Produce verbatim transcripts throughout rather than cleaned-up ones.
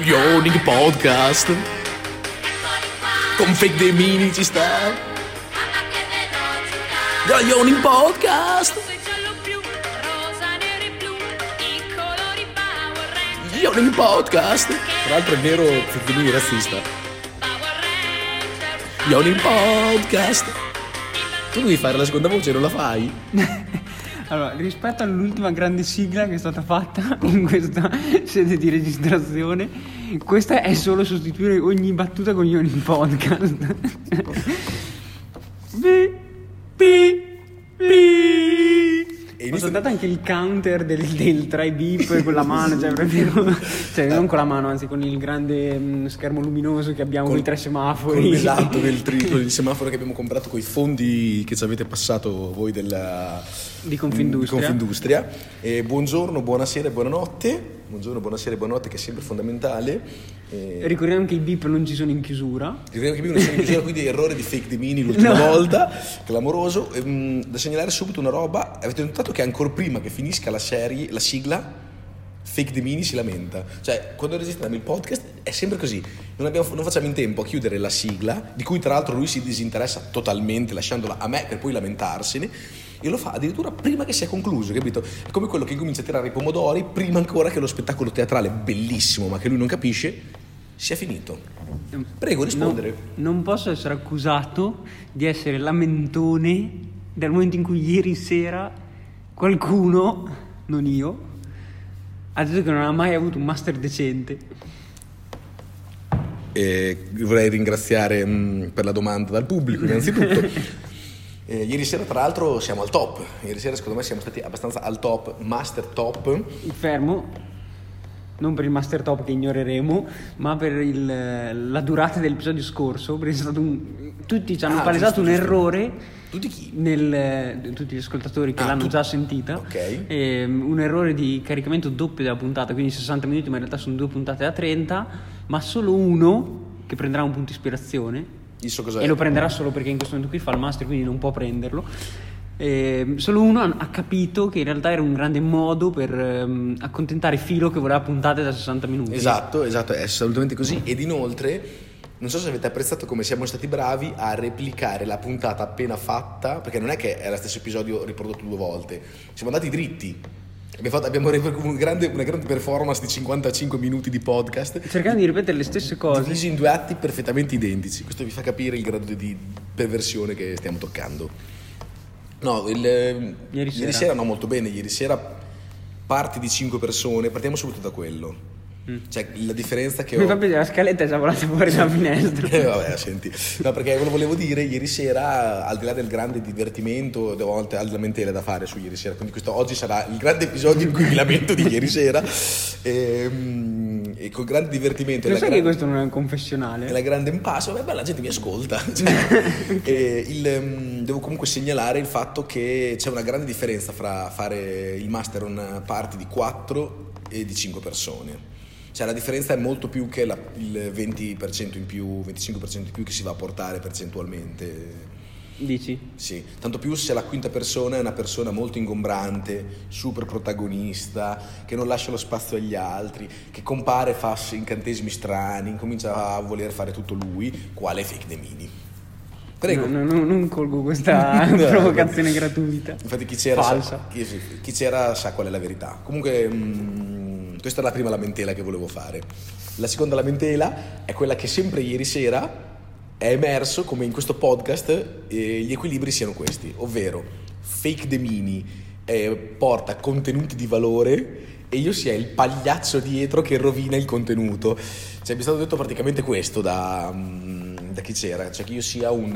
Yawning Podcast. Con Fake The Mini ci sta. Da Yawning Podcast. Yawning Podcast. Tra l'altro è vero, Fake The Mini razzista. Yawning Podcast. Tu devi fare la seconda voce, non la fai? Allora, rispetto all'ultima grande sigla che è stata fatta in questa sede di registrazione, questa è solo sostituire ogni battuta con Yawning Podcast. Bi, bi, bi. Ho saltato anche il counter del, del try beep con la mano, cioè proprio, cioè non con la mano, anzi con il grande mh, schermo luminoso che abbiamo con i tre semafori. Con l'esatto del triplo del semaforo che abbiamo comprato con i fondi che ci avete passato voi della di Confindustria. Di Confindustria. E buongiorno, buonasera e buonanotte. Buongiorno, buonasera e buonanotte, che è sempre fondamentale. E... ricordiamo che i beep non ci sono in chiusura. Ricordiamo che i beep non ci sono in chiusura, quindi errore di Fake The Mini l'ultima no. volta, clamoroso. E, mh, da segnalare subito una roba. Avete notato che ancora prima che finisca la serie, la sigla, Fake The Mini si lamenta. Cioè, quando registriamo il podcast è sempre così. Non, abbiamo, non facciamo in tempo a chiudere la sigla, di cui tra l'altro lui si disinteressa totalmente, lasciandola a me per poi lamentarsene. E lo fa addirittura prima che sia concluso, capito? È come quello che comincia a tirare i pomodori prima ancora che lo spettacolo teatrale, bellissimo, ma che lui non capisce, sia finito. Prego, rispondere. No, non posso essere accusato di essere lamentone dal momento in cui ieri sera qualcuno, non io, ha detto che non ha mai avuto un master decente. E vorrei ringraziare mh, per la domanda dal pubblico innanzitutto. Eh, ieri sera tra l'altro siamo al top. Ieri sera secondo me siamo stati abbastanza al top, master top. Fermo, non per il master top che ignoreremo, ma per il, la durata dell'episodio scorso, perché è stato un, tutti ci hanno ah, palesato giusto, un giusto. errore. Tutti chi? Nel, tutti gli ascoltatori che ah, l'hanno tu... già sentita. Ok. E, un errore di caricamento doppio della puntata, quindi sessanta minuti, ma in realtà sono due puntate da trenta, ma solo uno che prenderà un punto ispirazione. E lo prenderà solo perché in questo momento qui fa il master, quindi non può prenderlo. Eh, solo uno ha, ha capito che in realtà era un grande modo per ehm, accontentare Filo che voleva puntate da sessanta minuti. Esatto, esatto, è assolutamente così. Ed inoltre, non so se avete apprezzato come siamo stati bravi a replicare la puntata appena fatta, perché non è che è lo stesso episodio riprodotto due volte, siamo andati dritti. Abbiamo, fatto, abbiamo una, grande, una grande performance di cinquantacinque minuti di podcast, cercando di ripetere le stesse cose, divisi in due atti perfettamente identici. Questo vi fa capire il grado di perversione che stiamo toccando. No, il, ieri, ieri sera. sera no, molto bene. Ieri sera parti di cinque persone. Partiamo subito da quello. Mm. Cioè, la differenza che mi ho... fa vedere la scaletta è già volata fuori dalla finestra. eh, vabbè, senti. No, perché ve lo volevo dire, ieri sera, al di là del grande divertimento, a volte ho lamentele da fare su ieri sera, quindi questo oggi sarà il grande episodio in cui mi lamento di ieri sera. E, e col grande divertimento. Lo sai grande... che questo non è un confessionale? È la grande impasso, vabbè, la gente mi ascolta. Cioè, e il, devo comunque segnalare il fatto che c'è una grande differenza fra fare il master on party di quattro e di cinque persone. Cioè la differenza è molto più che la, il venti per cento in più, venticinque per cento in più che si va a portare percentualmente. Dici? Sì, tanto più se la quinta persona è una persona molto ingombrante, super protagonista, che non lascia lo spazio agli altri, che compare, fa incantesimi strani, comincia a voler fare tutto lui, quale Fake The Mini. Prego. No, no, no, non colgo questa no, provocazione gratuita. Infatti chi c'era, falsa. Sa, chi, chi c'era sa qual è la verità. Comunque mh, questa è la prima lamentela che volevo fare. La seconda lamentela è quella che sempre ieri sera è emerso come in questo podcast eh, gli equilibri siano questi, ovvero Fake The Mini eh, porta contenuti di valore e io sia il pagliaccio dietro che rovina il contenuto. Cioè mi è stato detto praticamente questo da, da chi c'era, cioè che io sia un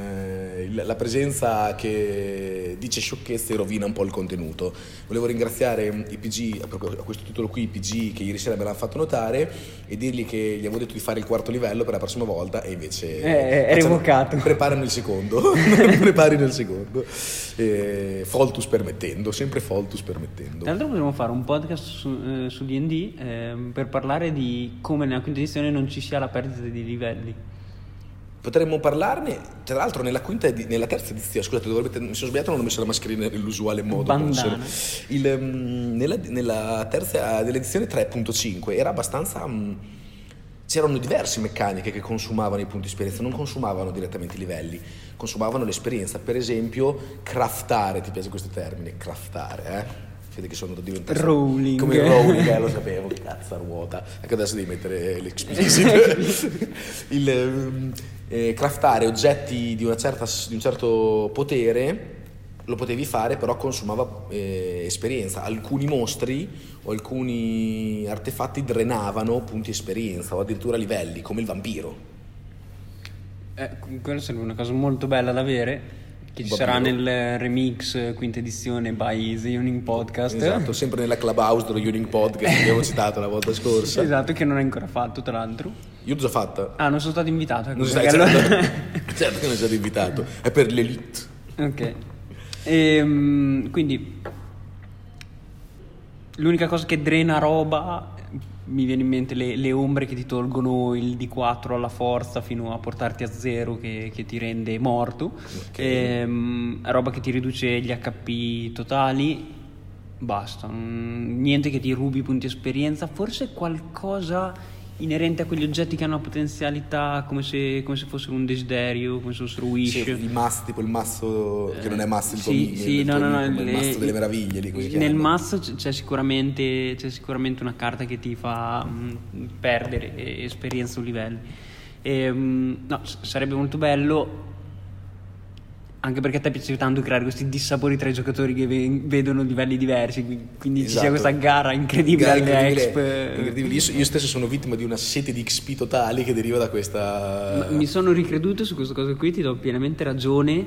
eh, la presenza che dice sciocchezze e rovina un po' il contenuto. Volevo ringraziare i P G, a questo titolo qui, i P G che ieri sera me l'hanno fatto notare e dirgli che gli avevo detto di fare il quarto livello per la prossima volta e invece eh, è revocato. Preparano il secondo preparino il secondo eh, Foltus permettendo, sempre Foltus permettendo. Tra l'altro potremmo fare un podcast su, eh, su D and D eh, per parlare di come nella quinta edizione non ci sia la perdita di livelli. Potremmo parlarne, tra l'altro nella quinta edi- nella terza edizione, scusate, dovrebbe, mi sono sbagliato, non ho messo la mascherina nell'usuale modo. Bandana. Il, um, nella, nella terza dell'edizione tre punto cinque era abbastanza um, c'erano diverse meccaniche che consumavano i punti esperienza, non consumavano direttamente i livelli, consumavano l'esperienza. Per esempio, craftare, ti piace questo termine? Craftare, eh? Vede che sono diventato rolling. Come il rolling, eh, lo sapevo, che cazzo ruota. Ecco, adesso devi mettere l'explicit. il eh, craftare oggetti di una certa di un certo potere lo potevi fare, però consumava eh, esperienza. Alcuni mostri o alcuni artefatti drenavano punti esperienza o addirittura livelli, come il vampiro. Eh, quello sarebbe una cosa molto bella da avere, che ci sarà nel remix quinta edizione by The Union Podcast. Esatto, sempre nella Clubhouse dello Union Podcast che abbiamo citato la volta scorsa. Esatto, che non hai ancora fatto, tra l'altro. Io l'ho già fatta. Ah, non sono stato invitato. Non sei stato, allora... certo che non sei stato invitato, è per l'elite. Ok. E, quindi l'unica cosa che drena roba, mi viene in mente le, le ombre che ti tolgono il D quattro alla forza fino a portarti a zero, che, che ti rende morto. Okay. E, roba che ti riduce gli H P totali. Basta, niente che ti rubi punti esperienza. Forse qualcosa inerente a quegli oggetti che hanno una potenzialità, come se, come se fossero un desiderio, come se fossero wish. Sì, il masso, tipo il masso che non è masso il tuo sì, sì, il no, tuo no, amico, no, il le, masso delle meraviglie di cui nel masso c'è sicuramente c'è sicuramente una carta che ti fa mh, perdere esperienza o livelli. E, mh, no, sarebbe molto bello, anche perché a te piace tanto creare questi dissapori tra i giocatori che ve- vedono livelli diversi, quindi esatto. Ci sia questa gara incredibile gara alle incredibile, exp. Incredibile. Io, io stesso sono vittima di una sete di X P totali che deriva da questa. Ma mi sono ricreduto su questa cosa qui, ti do pienamente ragione.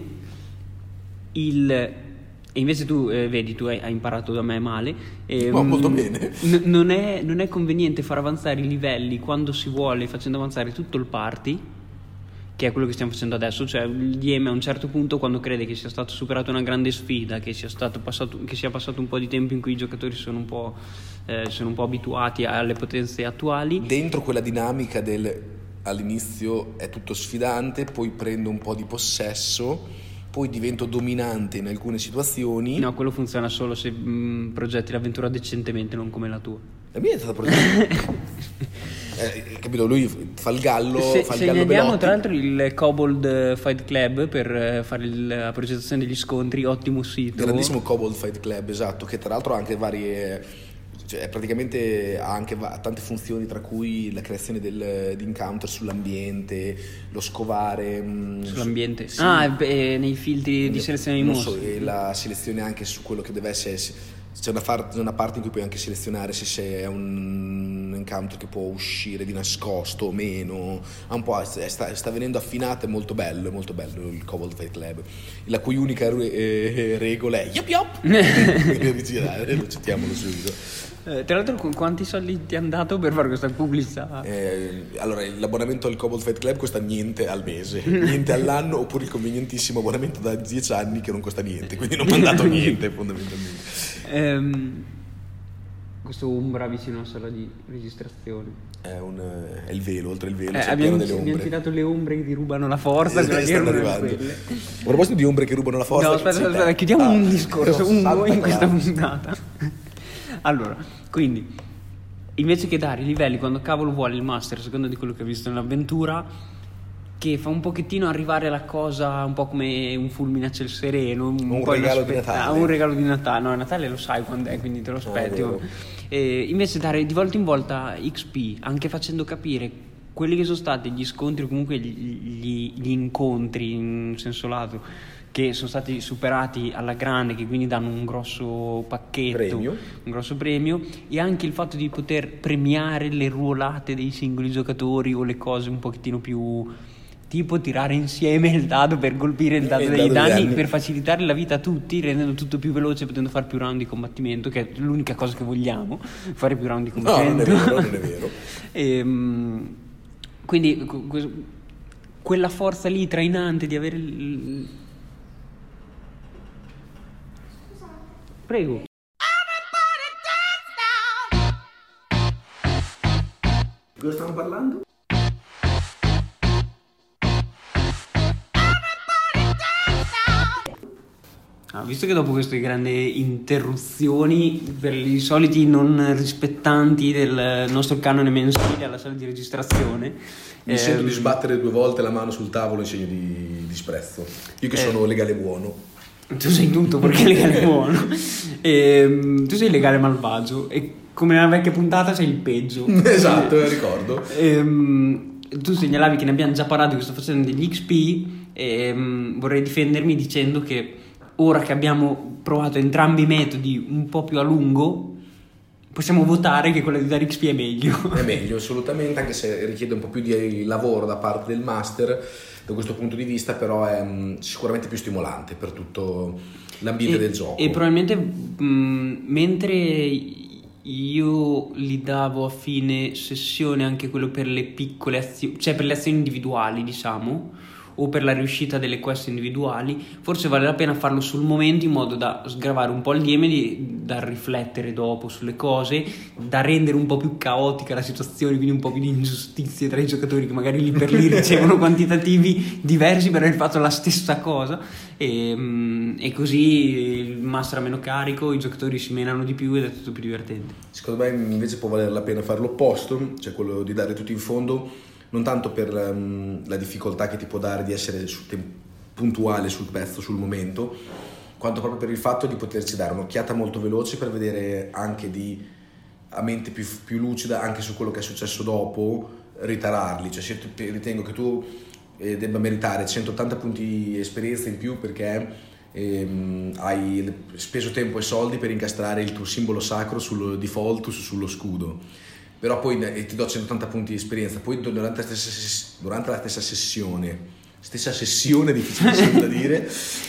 Il E invece tu, eh, vedi, tu hai, hai imparato da me male. Eh, Ma molto mm, bene. N- non, è, non è conveniente far avanzare i livelli quando si vuole, facendo avanzare tutto il party, che è quello che stiamo facendo adesso. Cioè il D M a un certo punto, quando crede che sia stato superato una grande sfida, che sia stato passato, che sia passato un po' di tempo in cui i giocatori sono un po', eh, sono un po' abituati alle potenze attuali, dentro quella dinamica del all'inizio è tutto sfidante, poi prendo un po' di possesso, poi divento dominante in alcune situazioni. No, quello funziona solo se mh, progetti l'avventura decentemente, non come la tua. La mia è stata progettata. eh, capito? Lui fa il gallo, se, fa il se gallo ne diamo Belotti. Tra l'altro il Kobold Fight Club per fare il, la progettazione degli scontri, ottimo sito. Grandissimo Kobold Fight Club, esatto, che tra l'altro ha anche varie, cioè praticamente ha anche va- tante funzioni, tra cui la creazione del, di encounter sull'ambiente, lo scovare mh, sull'ambiente su, ah beh, nei filtri di selezione dei mostri, so, e la selezione anche su quello che deve essere. C'è una, far- una parte in cui puoi anche selezionare se c'è un encounter che può uscire di nascosto o meno. Ha un po', sta, sta venendo affinato, è molto bello, è molto bello il Kobold Fight Club, la cui unica re- eh, regola è yop yop. Lo citiamolo subito. Eh, tra l'altro, quanti soldi ti hanno dato per fare questa pubblicità? Eh, allora, l'abbonamento al Kobold Fight Club costa niente al mese, niente all'anno, oppure il convenientissimo abbonamento da dieci anni che non costa niente, quindi non mi hanno dato niente fondamentalmente. Um, questo ombra vicino alla sala di registrazione è, un, è il velo, oltre il velo eh, c'è abbiamo, il piano delle ombre. abbiamo tirato le ombre che ti rubano la forza, eh, eh, stanno arrivando. A proposito di ombre che rubano la forza, no aspetta, aspetta, aspetta chiudiamo ah, un discorso un po' in questa puntata. Allora, quindi invece che dare i livelli quando cavolo vuole il master, secondo di quello che ho visto nell'avventura, che fa un pochettino arrivare la cosa un po' come un fulmine a ciel sereno, un, un po' regalo di Natale. Un regalo di Natale, no, Natale lo sai quando è, quindi te lo aspetti. Oh, e invece dare di volta in volta X P, anche facendo capire quelli che sono stati gli scontri o comunque gli, gli, gli incontri in senso lato che sono stati superati alla grande, che quindi danno un grosso pacchetto, premio. un grosso premio, e anche il fatto di poter premiare le ruolate dei singoli giocatori o le cose un pochettino più, tipo tirare insieme il dado per colpire il dado il dei dado danni, per facilitare la vita a tutti, rendendo tutto più veloce, potendo fare più round di combattimento, che è l'unica cosa che vogliamo, fare più round di combattimento. No, non è vero, non è vero. e, um, quindi que- quella forza lì trainante di avere il... Prego. Cosa stiamo parlando? Ah, visto che dopo queste grandi interruzioni per i soliti non rispettanti del nostro canone mensile alla sala di registrazione, mi ehm... sento di sbattere due volte la mano sul tavolo in segno di disprezzo. Io che eh... sono legale buono. Tu sei tutto perché legale buono. E, tu sei legale malvagio e come nella vecchia puntata sei il peggio. Esatto, e, ricordo. E, tu segnalavi che ne abbiamo già parlato di questa fazione degli X P e um, vorrei difendermi dicendo che ora che abbiamo provato entrambi i metodi un po' più a lungo possiamo votare che quella di dare X P è meglio. È meglio assolutamente, anche se richiede un po' più di lavoro da parte del master da questo punto di vista, però è um, sicuramente più stimolante per tutto l'ambiente e, del gioco. E probabilmente mh, mentre io li davo a fine sessione anche quello per le piccole azioni, cioè per le azioni individuali, diciamo, o per la riuscita delle quest individuali, forse vale la pena farlo sul momento in modo da sgravare un po' il D M, da riflettere dopo sulle cose, da rendere un po' più caotica la situazione, quindi un po' più di ingiustizie tra i giocatori che magari lì per lì ricevono quantitativi diversi per aver fatto la stessa cosa e, e così il master ha meno carico, i giocatori si menano di più ed è tutto più divertente. Secondo me invece può valere la pena fare l'opposto, cioè quello di dare tutto in fondo, non tanto per um, la difficoltà che ti può dare di essere sul tem- puntuale sul pezzo, sul momento, quanto proprio per il fatto di poterci dare un'occhiata molto veloce per vedere anche di, a mente più, più lucida anche su quello che è successo dopo, ritararli. Cioè se tu, ritengo che tu eh, debba meritare centottanta punti di esperienza in più perché ehm, hai speso tempo e soldi per incastrare il tuo simbolo sacro sul default, sullo scudo, però poi ti do centottanta punti di esperienza, poi durante la stessa, durante la stessa sessione, stessa sessione difficile da dire,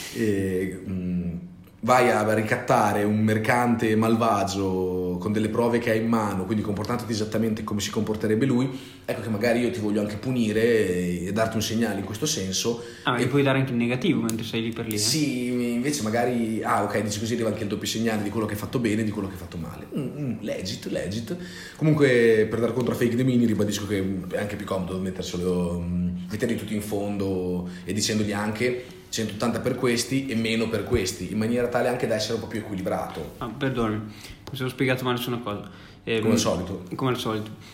e, mh, vai a ricattare un mercante malvagio con delle prove che hai in mano, quindi comportandoti esattamente come si comporterebbe lui, ecco che magari io ti voglio anche punire e, e darti un segnale in questo senso. Ah, e puoi dare anche in negativo mentre sei lì per lì. Eh? Sì, invece magari, ah ok, dici così arriva anche il doppio segnale di quello che hai fatto bene e di quello che hai fatto male. Mm, mm, legit, legit. Comunque per dar contro a Fake the Mini ribadisco che è anche più comodo metterselo, metterli tutti in fondo e dicendogli anche centottanta per questi e meno per questi, in maniera tale anche da essere un po' più equilibrato. Ah, perdonami, mi sono spiegato male su una cosa. Eh, come al solito. Come al solito.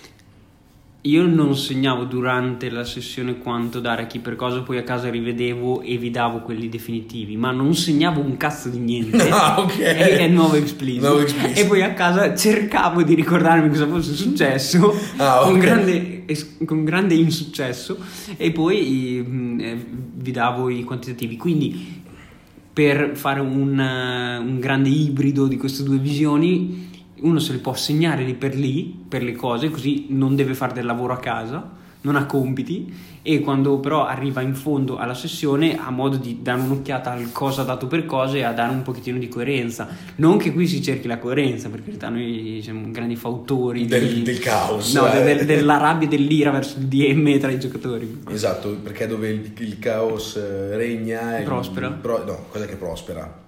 Io non segnavo durante la sessione quanto dare a chi per cosa, poi a casa rivedevo e vi davo quelli definitivi, ma non segnavo un cazzo di niente. Ah, ok. E è nuovo explicit. E poi a casa cercavo di ricordarmi cosa fosse successo, ah, okay. con, grande, con grande insuccesso, e poi eh, vi davo i quantitativi. Quindi per fare un, un grande ibrido di queste due visioni, uno se li può segnare lì per lì per le cose, così non deve fare del lavoro a casa, non ha compiti, e quando però arriva in fondo alla sessione ha modo di dare un'occhiata al cosa dato per cosa e a dare un pochettino di coerenza. Non che qui si cerchi la coerenza, perché in realtà noi siamo grandi fautori del, di, del caos, no, eh. del, della rabbia e dell'ira verso il D M tra i giocatori. Esatto, perché dove il, il caos regna e prospera. Il, pro, no, cosa che prospera?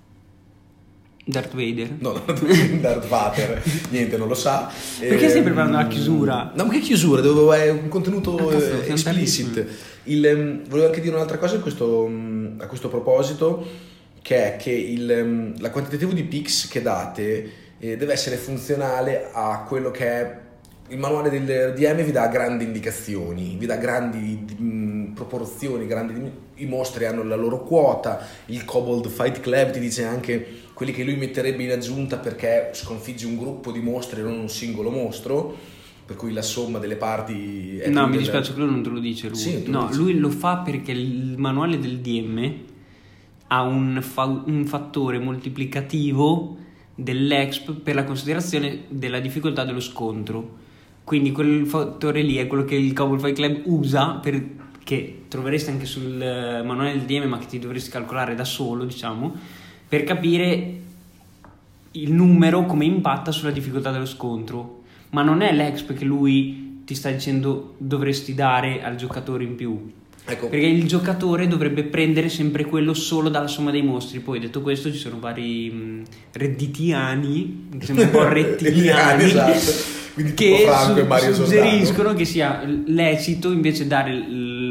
Darth Vader? No, Darth Vader, niente, non lo sa. Perché e, stai preparando la chiusura? No, ma che chiusura? Devo, è un contenuto ah, cazzo, explicit. Il, um, volevo anche dire un'altra cosa a questo, um, a questo proposito, che è che il, um, la quantitativo di pix che date eh, deve essere funzionale a quello che è il manuale del D M. Vi dà grandi indicazioni, vi dà grandi mh, proporzioni, grandi, i mostri hanno la loro quota, il Kobold Fight Club ti dice anche quelli che lui metterebbe in aggiunta perché sconfiggi un gruppo di mostri e non un singolo mostro, per cui la somma delle parti è no, mi del... dispiace, quello non te lo dice lui. Sì, no, lo lui lo fa perché il manuale del D M ha un, fa- un fattore moltiplicativo dell'Exp per la considerazione della difficoltà dello scontro. Quindi quel fattore lì è quello che il Kobold Fight Club usa, per, che troveresti anche sul manuale del D M, ma che ti dovresti calcolare da solo, diciamo, per capire il numero come impatta sulla difficoltà dello scontro. Ma non è l'exp che lui ti sta dicendo dovresti dare al giocatore in più. Ecco. Perché il giocatore dovrebbe prendere sempre quello solo dalla somma dei mostri. Poi detto questo ci sono vari mh, redditiani, sembra un po' rettiliani, esatto. Quindi che su- e Mario suggeriscono Giordano. Che sia lecito invece dare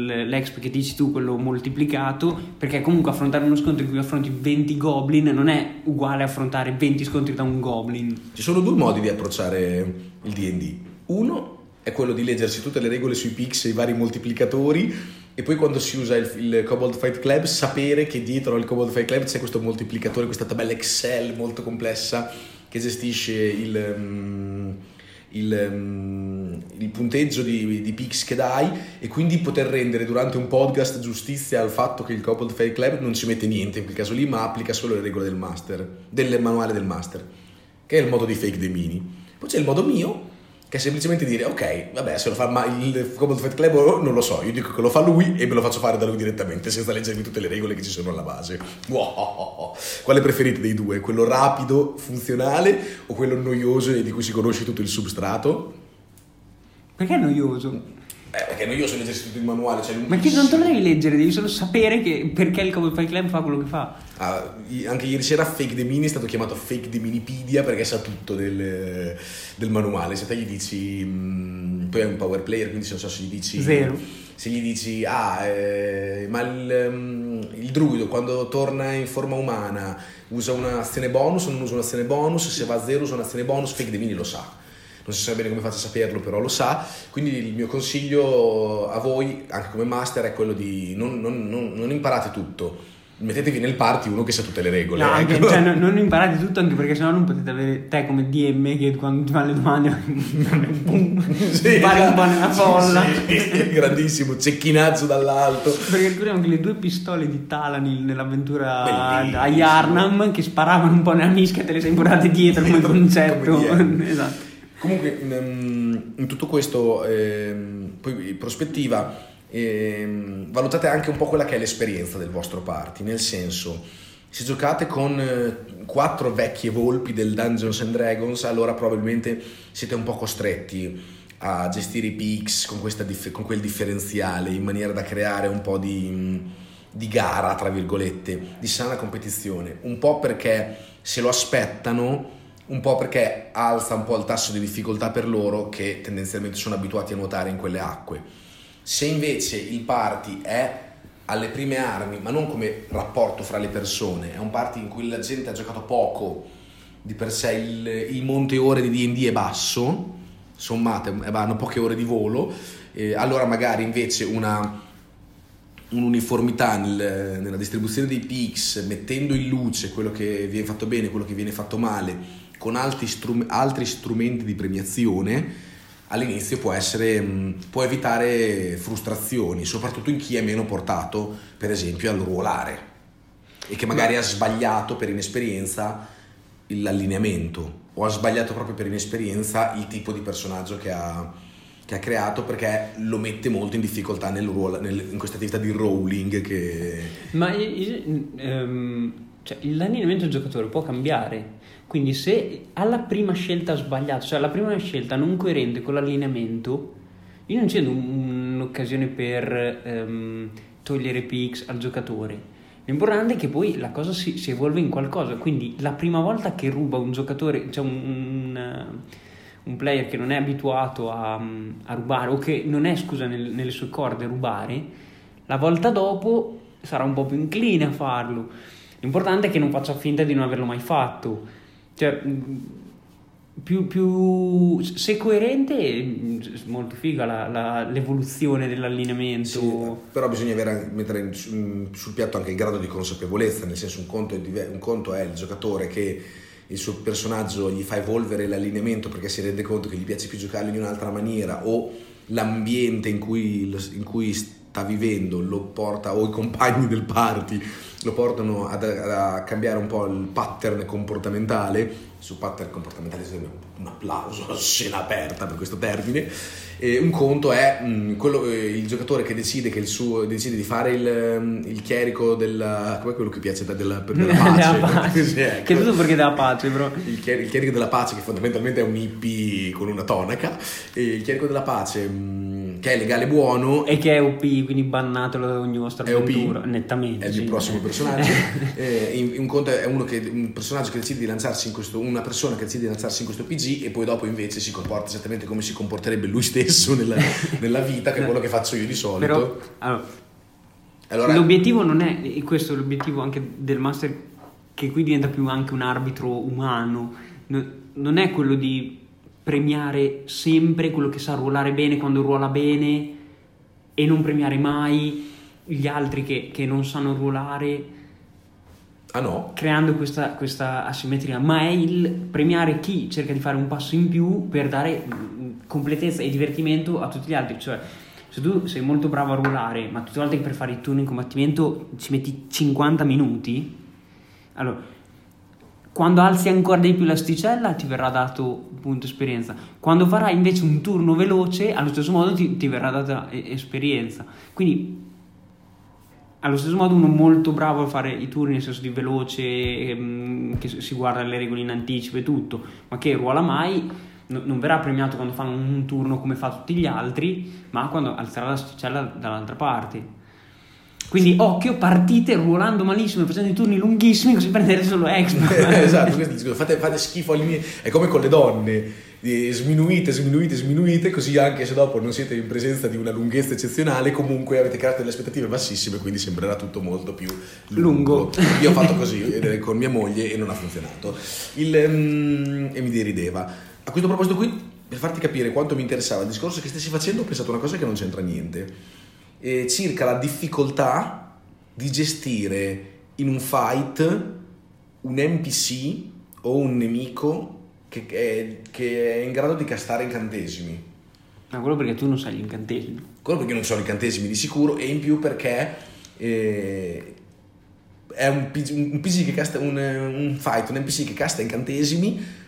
l'exp che dici tu, quello moltiplicato, perché comunque affrontare uno scontro in cui affronti venti goblin non è uguale a affrontare venti scontri da un goblin. Ci sono due modi di approcciare il D and D. Uno è quello di leggersi tutte le regole sui pix e i vari moltiplicatori, e poi quando si usa il, il Kobold Fight Club sapere che dietro al Kobold Fight Club c'è questo moltiplicatore, questa tabella Excel molto complessa che gestisce il, um, il, um, il punteggio di, di pix che dai, e quindi poter rendere durante un podcast giustizia al fatto che il Kobold Fight Club non ci mette niente in quel caso lì, ma applica solo le regole del master, del manuale del master, che è il modo di Fake the Mini. Poi c'è il modo mio, che è semplicemente dire ok, vabbè, se lo fa il Kobold Fight Club non lo so, io dico che lo fa lui e me lo faccio fare da lui direttamente senza leggermi tutte le regole che ci sono alla base. Wow. Quale preferite dei due? Quello rapido, funzionale, o quello noioso e di cui si conosce tutto il substrato? Perché è noioso? Eh, perché è noioso leggersi tutto il manuale, cioè ma che non te lo devi leggere, devi solo sapere che perché il Kobold Fight Club fa quello che fa. Ah, anche ieri sera Fake the Mini è stato chiamato Fake the Minipedia perché sa tutto del, del manuale. Se te gli dici mh, poi è un power player, quindi non so se gli dici zero, se gli dici ah eh, ma il, um, il druido quando torna in forma umana usa un'azione bonus o non usa un'azione bonus, se va a zero usa un'azione bonus, Fake the Mini lo sa. Non si sa bene come faccia a saperlo, però lo sa. Quindi il mio consiglio a voi, anche come master, è quello di non, non, non, non imparate tutto. Mettetevi nel party uno che sa tutte le regole. No, ecco. anche, cioè, non, non imparate tutto, anche perché sennò non potete avere te come D M che quando ti fanno le domande boom, sì, pari un po' nella folla. Sì, sì, grandissimo, cecchinazzo dall'alto. Perché ricordiamo che le due pistole di Talanil nell'avventura bellissimo a Yarnam, che sparavano un po' nella mischia, te le sei importate dietro come concetto. Come esatto. Comunque in tutto questo, ehm, poi in prospettiva, ehm, valutate anche un po' quella che è l'esperienza del vostro party, nel senso, se giocate con eh, quattro vecchie volpi del Dungeons and Dragons, allora probabilmente siete un po' costretti a gestire i pix con, questa dif- con quel differenziale, in maniera da creare un po' di, di gara, tra virgolette, di sana competizione, un po' perché se lo aspettano, un po' perché alza un po' il tasso di difficoltà per loro che tendenzialmente sono abituati a nuotare in quelle acque. Se invece il party è alle prime armi, ma non come rapporto fra le persone, è un party in cui la gente ha giocato poco, di per sé il, il monte ore di D and D è basso, sommate, hanno poche ore di volo, eh, allora magari invece una un'uniformità nel, nella distribuzione dei pix, mettendo in luce quello che viene fatto bene, quello che viene fatto male, con altri, strum- altri strumenti di premiazione, all'inizio può essere può evitare frustrazioni, soprattutto in chi è meno portato, per esempio, al ruolare e che magari ha sbagliato per inesperienza l'allineamento o ha sbagliato proprio per inesperienza il tipo di personaggio che ha che ha creato, perché lo mette molto in difficoltà nel ruolo, nel, in questa attività di rolling che... Ma um, cioè, l'allineamento del giocatore può cambiare, quindi se alla prima scelta sbagliata, cioè alla prima scelta non coerente con l'allineamento, io non c'è un'occasione per um, togliere pix al giocatore. L'importante è che poi la cosa si, si evolve in qualcosa, quindi la prima volta che ruba un giocatore, cioè un... un un player che non è abituato a, a rubare o che non è, scusa, nel, nelle sue corde rubare, la volta dopo sarà un po' più incline a farlo. L'importante è che non faccia finta di non averlo mai fatto. Cioè, più, più se è coerente, molto figa la, la, l'evoluzione dell'allineamento. Sì, però bisogna avere, mettere sul piatto anche il grado di consapevolezza, nel senso un conto è, un conto è il giocatore che il suo personaggio gli fa evolvere l'allineamento perché si rende conto che gli piace più giocarlo in un'altra maniera, o l'ambiente in cui, in cui sta vivendo lo porta, o i compagni del party lo portano ad, a cambiare un po' il pattern comportamentale. Su pattern comportamentale un applauso a scena aperta per questo termine. E un conto è mh, quello, eh, il giocatore che decide che il suo decide di fare il, il chierico della, come è quello che piace da, della, della pace, pace. Sì, ecco. Che è tutto perché della pace, però il, chier- il chierico della pace, che fondamentalmente è un hippie con una tonaca, e il chierico della pace mh, che è legale buono e che è O P, quindi bannatelo da ogni vostra avventura, nettamente. È il sì. mio prossimo personaggio. eh, in, un conto è uno che, un personaggio che decide di lanciarsi in questo, una persona che decide di lanciarsi in questo P G e poi dopo invece si comporta esattamente come si comporterebbe lui stesso nella, nella vita, che è quello che faccio io di solito. Però, allora, allora, l'obiettivo non è, e questo è l'obiettivo anche del master, che qui diventa più anche un arbitro umano, non è quello di premiare sempre quello che sa ruolare bene quando ruola bene e non premiare mai gli altri che, che non sanno ruolare, ah no? creando questa, questa asimmetria, ma è il premiare chi cerca di fare un passo in più per dare completezza e divertimento a tutti gli altri. Cioè, se tu sei molto bravo a ruolare ma tutte le volte che per fare i turni in combattimento ci metti cinquanta minuti, allora quando alzi ancora di più l'asticella ti verrà dato punto esperienza. Quando farai invece un turno veloce, allo stesso modo ti, ti verrà data esperienza. Quindi allo stesso modo uno molto bravo a fare i turni nel senso di veloce, ehm, che si guarda le regole in anticipo e tutto, ma che ruola mai, no, non verrà premiato quando fa un turno come fa tutti gli altri, ma quando alzerà l'asticella dall'altra parte. Quindi occhio, partite ruolando malissimo e facendo i turni lunghissimi così prendete solo exp. Esatto, questo, fate, fate schifo alle mie... È come con le donne, sminuite, sminuite, sminuite, così anche se dopo non siete in presenza di una lunghezza eccezionale, comunque avete creato delle aspettative bassissime, quindi sembrerà tutto molto più lungo. lungo. Io ho fatto così con mia moglie e non ha funzionato. Il, um, e mi derideva. A questo proposito qui, per farti capire quanto mi interessava il discorso che stessi facendo, ho pensato una cosa che non c'entra niente. Eh, circa la difficoltà di gestire in un fight un N P C o un nemico che è, che è in grado di castare incantesimi. Ma quello perché tu non sai gli incantesimi. Quello perché non so gli incantesimi di sicuro, e in più perché eh, è un P G, un P G che casta un, un fight, un N P C che casta incantesimi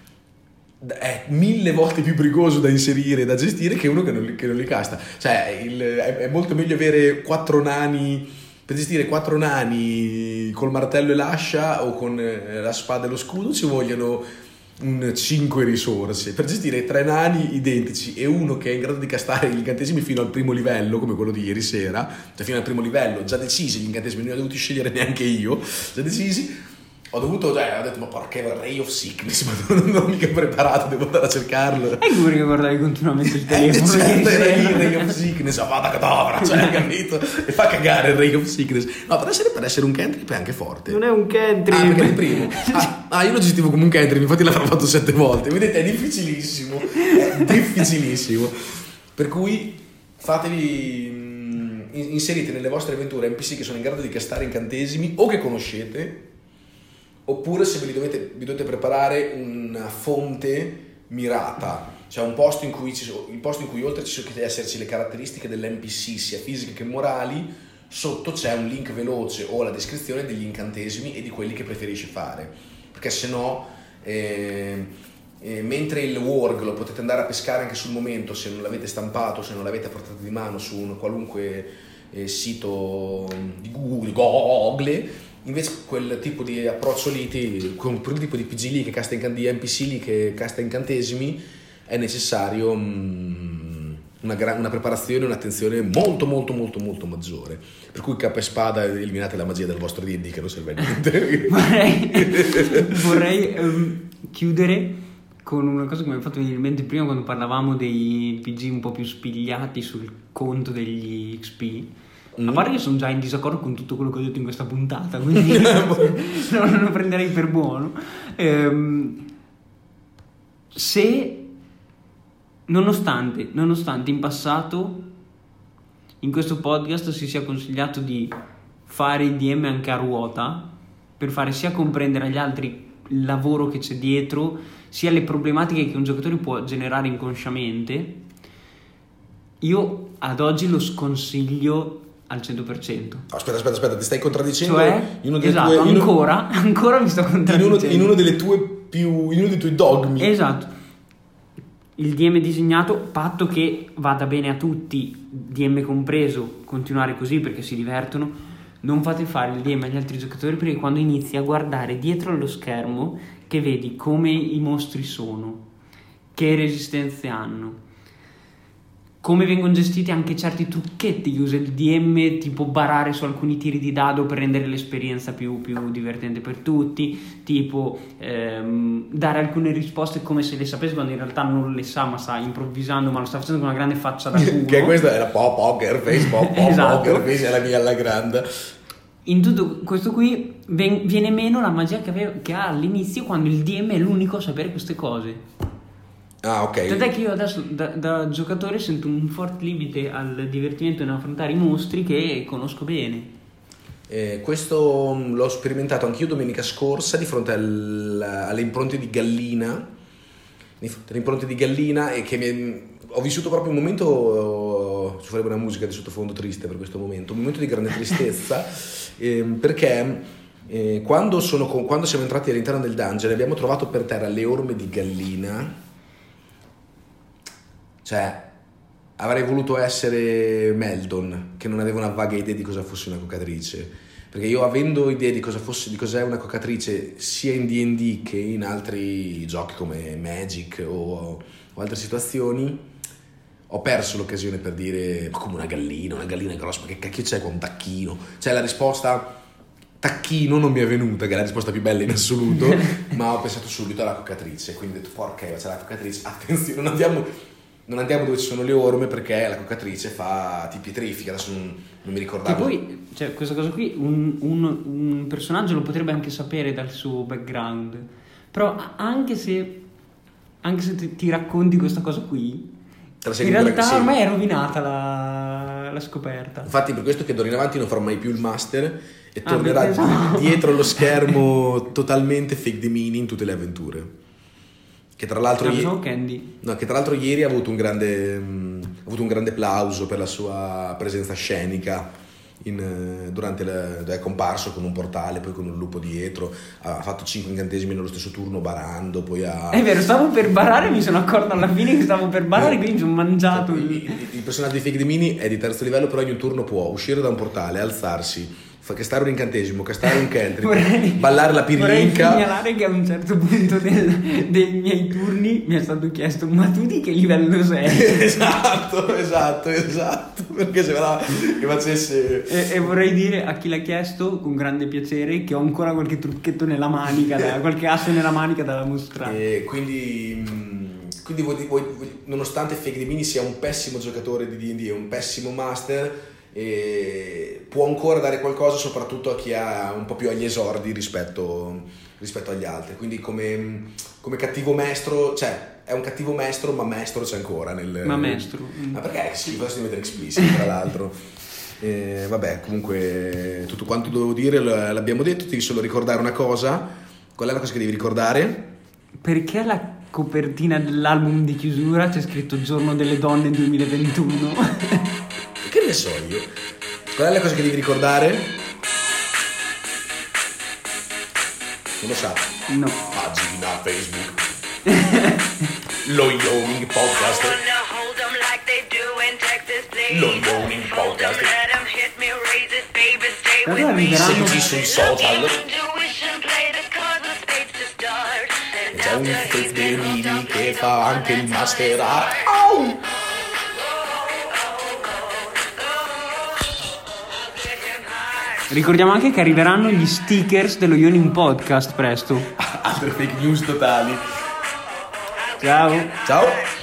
è mille volte più brigoso da inserire e da gestire che uno che non li, che non li casta. Cioè il, è, è molto meglio avere quattro nani per gestire quattro nani col martello e l'ascia o con eh, la spada e lo scudo. Ci vogliono un cinque risorse per gestire tre nani identici e uno che è in grado di castare gli incantesimi fino al primo livello, come quello di ieri sera, cioè fino al primo livello già decisi gli incantesimi, non li ho dovuti scegliere neanche io, già decisi. Ho dovuto, cioè, ho detto, ma porca, Ray of Sickness, ma non, non ho mica preparato, devo andare a cercarlo. E come che guardavi continuamente il telefono? Eh, certo, era il Ray of Sickness, avada cadavra, cioè, capito? E fa cagare il Ray of Sickness. No, per essere, per essere un cantrip è anche forte. Non è un cantrip. Ah, perché è il primo. Ah, ah, io lo gestivo come un cantrip, infatti l'avrò fatto sette volte. Vedete, è difficilissimo, è difficilissimo. Per cui fatevi, inserite nelle vostre avventure N P C che sono in grado di castare incantesimi o che conoscete, oppure se ve li dovete, vi dovete preparare una fonte mirata, cioè un posto in cui ci sono, il posto in cui oltre ci sono che esserci le caratteristiche dell'N P C sia fisiche che morali, sotto c'è un link veloce o la descrizione degli incantesimi e di quelli che preferisci fare, perché se no eh, eh, mentre il Warg lo potete andare a pescare anche sul momento se non l'avete stampato, se non l'avete portato di mano su un qualunque eh, sito di Google, di Google. Invece quel tipo di approccio lì, quel tipo di P G lì che casta incantesimi, N P C lì che casta incantesimi, è necessario um, una, gran, una preparazione e un'attenzione molto molto molto molto maggiore. Per cui capa e spada, eliminate la magia del vostro D and D che non serve a niente. vorrei vorrei um, chiudere con una cosa che mi ha fatto venire in mente prima quando parlavamo dei P G un po' più spigliati sul conto degli X P. A parte che sono già in disaccordo con tutto quello che ho detto in questa puntata, quindi non lo prenderei per buono. Ehm, se nonostante, nonostante in passato in questo podcast si sia consigliato di fare il D M anche a ruota per fare sia comprendere agli altri il lavoro che c'è dietro, sia le problematiche che un giocatore può generare inconsciamente, io ad oggi lo sconsiglio al cento per cento. Aspetta, aspetta, aspetta, ti stai contraddicendo? Cioè, in uno esatto, tue, in ancora, uno, ancora mi sto contraddicendo. In uno, in uno delle tue più, in uno dei tuoi dogmi. Esatto. Il D M disegnato, patto che vada bene a tutti, D M compreso, continuare così perché si divertono. Non fate fare il D M agli altri giocatori perché quando inizi a guardare dietro allo schermo che vedi come i mostri sono, che resistenze hanno, come vengono gestiti anche certi trucchetti che usa il D M, tipo barare su alcuni tiri di dado per rendere l'esperienza più, più divertente per tutti, tipo ehm, dare alcune risposte come se le sapesse quando in realtà non le sa, ma sta improvvisando, ma lo sta facendo con una grande faccia da culo. Che questa era po' poker face, po' po' esatto. Poker face, è la mia alla grande. In tutto questo qui ven- viene meno la magia che, aveva, che ha all'inizio, quando il D M è l'unico a sapere queste cose. Ah, ok. Tant'è che io adesso da, da giocatore sento un forte limite al divertimento nell'affrontare i mostri che conosco bene. Eh, questo l'ho sperimentato anch'io domenica scorsa di fronte al, alle impronte di Gallina. Di fronte alle impronte di Gallina, e che mi, ho vissuto proprio un momento. Ci farebbe una musica di sottofondo triste per questo momento, un momento di grande tristezza, eh, perché eh, quando, sono, quando siamo entrati all'interno del dungeon abbiamo trovato per terra le orme di Gallina. Cioè, avrei voluto essere Meldon, che non aveva una vaga idea di cosa fosse una cocatrice. Perché io, avendo idea di cosa fosse, di cos'è una cocatrice, sia in D and D che in altri giochi come Magic o, o altre situazioni, ho perso l'occasione per dire, ma come una gallina, una gallina grossa, ma che cacchio c'è con un tacchino? Cioè, la risposta tacchino non mi è venuta, che è la risposta più bella in assoluto, ma ho pensato subito alla cocatrice, quindi ho detto, porca, c'è la cocatrice, attenzione, non andiamo... Non andiamo dove ci sono le orme, perché la cocatrice fa ti pietrifica. Adesso non, non mi ricordavo. Che poi, cioè, questa cosa qui, un, un, un personaggio lo potrebbe anche sapere dal suo background. Però anche se, anche se ti, ti racconti questa cosa qui, in realtà sì, ormai è rovinata la, la scoperta. Infatti, per questo che d'ora in avanti non farò mai più il master e ah, tornerà esatto. dietro lo schermo totalmente fake the mini in tutte le avventure. Che tra l'altro no, ieri, Candy. No, che tra l'altro ieri ha avuto un grande mh, ha avuto un grande applauso per la sua presenza scenica in, durante le, è comparso con un portale, poi con un lupo dietro, ha fatto cinque incantesimi nello stesso turno barando, poi ha... È vero, stavo per barare, mi sono accorto alla fine che stavo per barare, quindi mi sono mangiato il... il, il personaggio di Fake the Mini è di terzo livello, però ogni turno può uscire da un portale, alzarsi, castare un incantesimo, castare un cantrip, vorrei, ballare la pirinca. Vorrei segnalare che a un certo punto del, dei miei turni mi è stato chiesto, ma tu di che livello sei? esatto, esatto, esatto, perché sembrava che facesse... E, e vorrei dire a chi l'ha chiesto, con grande piacere, che ho ancora qualche trucchetto nella manica, da, qualche asso nella manica da mostrare. E quindi... quindi voi, voi, voi, nonostante Fake the Mini sia un pessimo giocatore di D and D e un pessimo master, e può ancora dare qualcosa, soprattutto a chi ha un po' più agli esordi rispetto, rispetto agli altri. Quindi come, come cattivo maestro, cioè è un cattivo maestro, ma maestro c'è ancora nel... ma maestro ma perché sì, questo deve mettere explicit tra l'altro. E, vabbè, comunque tutto quanto dovevo dire l'abbiamo detto. Ti devi solo ricordare una cosa. Qual è la cosa che devi ricordare? Perché la copertina dell'album di chiusura c'è scritto Giorno delle Donne duemilaventuno? Che ne so io? Qual è la cosa che devi ricordare? Non lo sa. No. Pagina Facebook. Lo Yoning Podcast. Lo Yoning Podcast. Seguici sui social. C'è un Fake the Mini che fa anche il master art. Oh! Ricordiamo anche che arriveranno gli stickers dello Yoning Podcast presto. Altre fake news totali. Ciao. Ciao.